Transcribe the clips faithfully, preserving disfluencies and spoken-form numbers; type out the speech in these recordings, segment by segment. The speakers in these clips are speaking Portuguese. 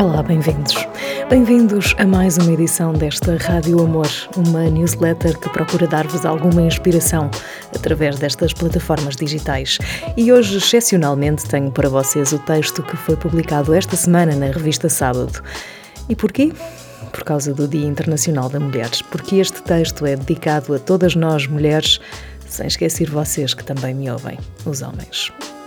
Olá, bem-vindos. Bem-vindos a mais uma edição desta Rádio Amor, uma newsletter que procura dar-vos alguma inspiração através destas plataformas digitais. E hoje, excepcionalmente, tenho para vocês o texto que foi publicado esta semana na revista Sábado. E porquê? Por causa do Dia Internacional da Mulher, porque este texto é dedicado a todas nós, mulheres, sem esquecer vocês que também me ouvem, os homens.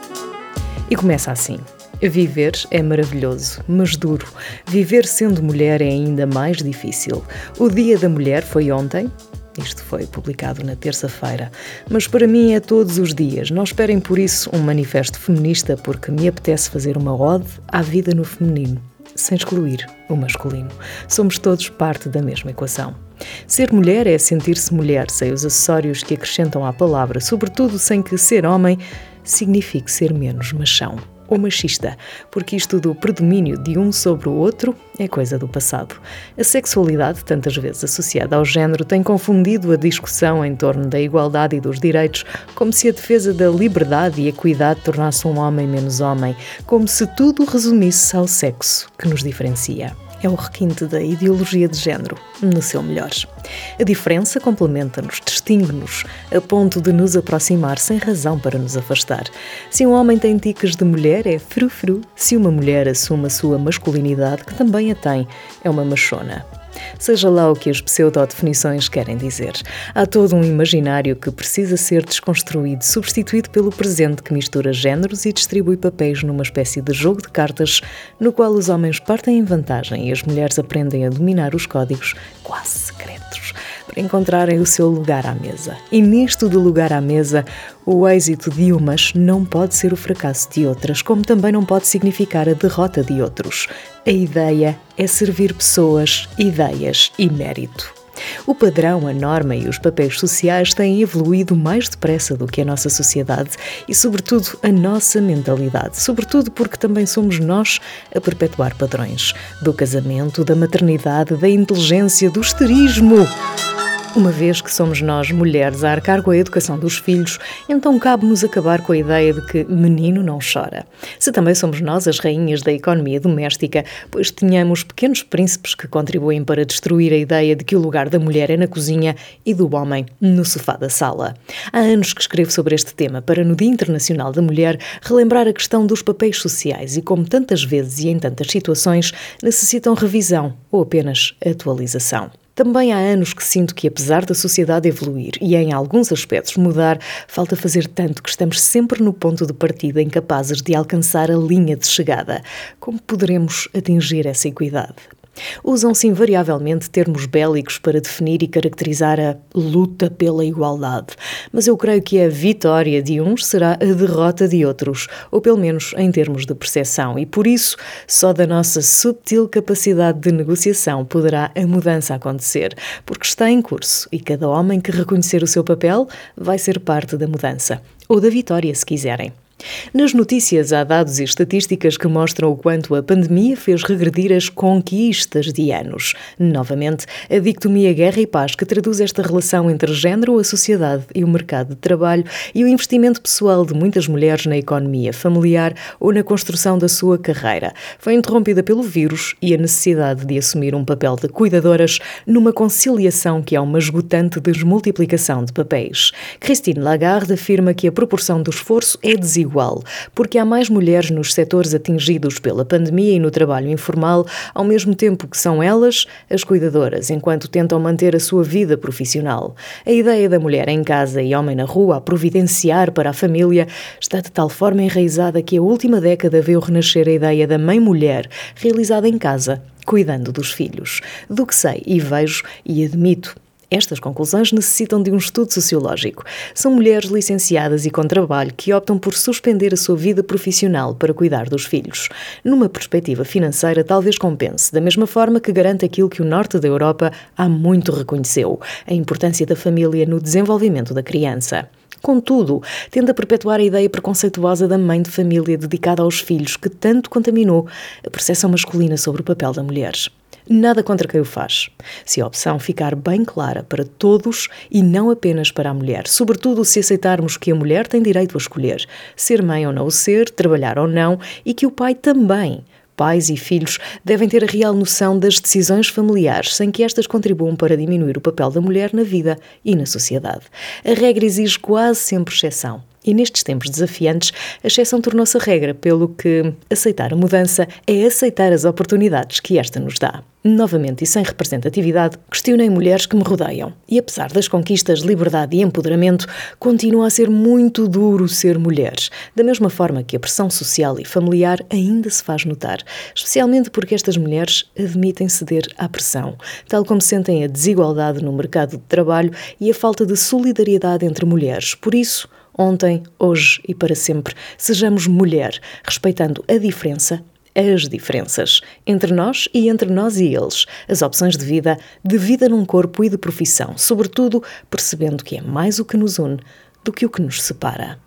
E começa assim. Viver é maravilhoso, mas duro. Viver sendo mulher é ainda mais difícil. O Dia da Mulher foi ontem. Isto foi publicado na terça-feira. Mas para mim é todos os dias. Não esperem por isso um manifesto feminista, porque me apetece fazer uma ode à vida no feminino, sem excluir o masculino. Somos todos parte da mesma equação. Ser mulher é sentir-se mulher, sem os acessórios que acrescentam à palavra, sobretudo sem que ser homem signifique ser menos machão ou machista, porque isto do predomínio de um sobre o outro é coisa do passado. A sexualidade, tantas vezes associada ao género, tem confundido a discussão em torno da igualdade e dos direitos, como se a defesa da liberdade e equidade tornasse um homem menos homem, como se tudo resumisse ao sexo que nos diferencia. É o requinte da ideologia de género, no seu melhor. A diferença complementa-nos, distingue-nos, a ponto de nos aproximar sem razão para nos afastar. Se um homem tem tiques de mulher, é frufru. Se uma mulher assume a sua masculinidade, que também a tem, é uma machona. Seja lá o que as pseudo-definições querem dizer. Há todo um imaginário que precisa ser desconstruído, substituído pelo presente que mistura géneros e distribui papéis numa espécie de jogo de cartas no qual os homens partem em vantagem e as mulheres aprendem a dominar os códigos quase secretos para encontrarem o seu lugar à mesa. E nisto do lugar à mesa, o êxito de umas não pode ser o fracasso de outras, como também não pode significar a derrota de outros. A ideia é servir pessoas, ideias e mérito. O padrão, a norma e os papéis sociais têm evoluído mais depressa do que a nossa sociedade e, sobretudo, a nossa mentalidade. Sobretudo porque também somos nós a perpetuar padrões. Do casamento, da maternidade, da inteligência, do esterismo. Uma vez que somos nós, mulheres, a arcar com a educação dos filhos, então cabe-nos acabar com a ideia de que menino não chora. Se também somos nós as rainhas da economia doméstica, pois tenhamos pequenos príncipes que contribuem para destruir a ideia de que o lugar da mulher é na cozinha e do homem no sofá da sala. Há anos que escrevo sobre este tema para, no Dia Internacional da Mulher, relembrar a questão dos papéis sociais e como tantas vezes e em tantas situações necessitam revisão ou apenas atualização. Também há anos que sinto que, apesar da sociedade evoluir e em alguns aspectos mudar, falta fazer tanto que estamos sempre no ponto de partida incapazes de alcançar a linha de chegada. Como poderemos atingir essa equidade? Usam-se invariavelmente termos bélicos para definir e caracterizar a luta pela igualdade, mas eu creio que a vitória de uns será a derrota de outros, ou pelo menos em termos de percepção, e por isso só da nossa subtil capacidade de negociação poderá a mudança acontecer, porque está em curso e cada homem que reconhecer o seu papel vai ser parte da mudança, ou da vitória se quiserem. Nas notícias há dados e estatísticas que mostram o quanto a pandemia fez regredir as conquistas de anos. Novamente, a dicotomia guerra e paz que traduz esta relação entre género, a sociedade e o mercado de trabalho e o investimento pessoal de muitas mulheres na economia familiar ou na construção da sua carreira foi interrompida pelo vírus e a necessidade de assumir um papel de cuidadoras numa conciliação que é uma esgotante desmultiplicação de papéis. Christine Lagarde afirma que a proporção do esforço é desigual igual, porque há mais mulheres nos setores atingidos pela pandemia e no trabalho informal, ao mesmo tempo que são elas as cuidadoras, enquanto tentam manter a sua vida profissional. A ideia da mulher em casa e homem na rua a providenciar para a família está de tal forma enraizada que a última década viu renascer a ideia da mãe-mulher, realizada em casa, cuidando dos filhos. Do que sei e vejo e admito, estas conclusões necessitam de um estudo sociológico. São mulheres licenciadas e com trabalho que optam por suspender a sua vida profissional para cuidar dos filhos. Numa perspectiva financeira, talvez compense, da mesma forma que garante aquilo que o norte da Europa há muito reconheceu, a importância da família no desenvolvimento da criança. Contudo, tende a perpetuar a ideia preconceituosa da mãe de família dedicada aos filhos que tanto contaminou a percepção masculina sobre o papel da mulher. Nada contra quem o faz, se a opção ficar bem clara para todos e não apenas para a mulher, sobretudo se aceitarmos que a mulher tem direito a escolher ser mãe ou não o ser, trabalhar ou não, e que o pai também Pais e filhos devem ter a real noção das decisões familiares, sem que estas contribuam para diminuir o papel da mulher na vida e na sociedade. A regra exige quase sempre exceção. E nestes tempos desafiantes, a exceção tornou-se a regra, pelo que aceitar a mudança é aceitar as oportunidades que esta nos dá. Novamente e sem representatividade, questionei mulheres que me rodeiam. E apesar das conquistas de liberdade e empoderamento, continua a ser muito duro ser mulher. Da mesma forma que a pressão social e familiar ainda se faz notar. Especialmente porque estas mulheres admitem ceder à pressão, tal como sentem a desigualdade no mercado de trabalho e a falta de solidariedade entre mulheres. Por isso, ontem, hoje e para sempre, sejamos mulher, respeitando a diferença, as diferenças, entre nós e entre nós e eles, as opções de vida, de vida num corpo e de profissão, sobretudo percebendo que é mais o que nos une do que o que nos separa.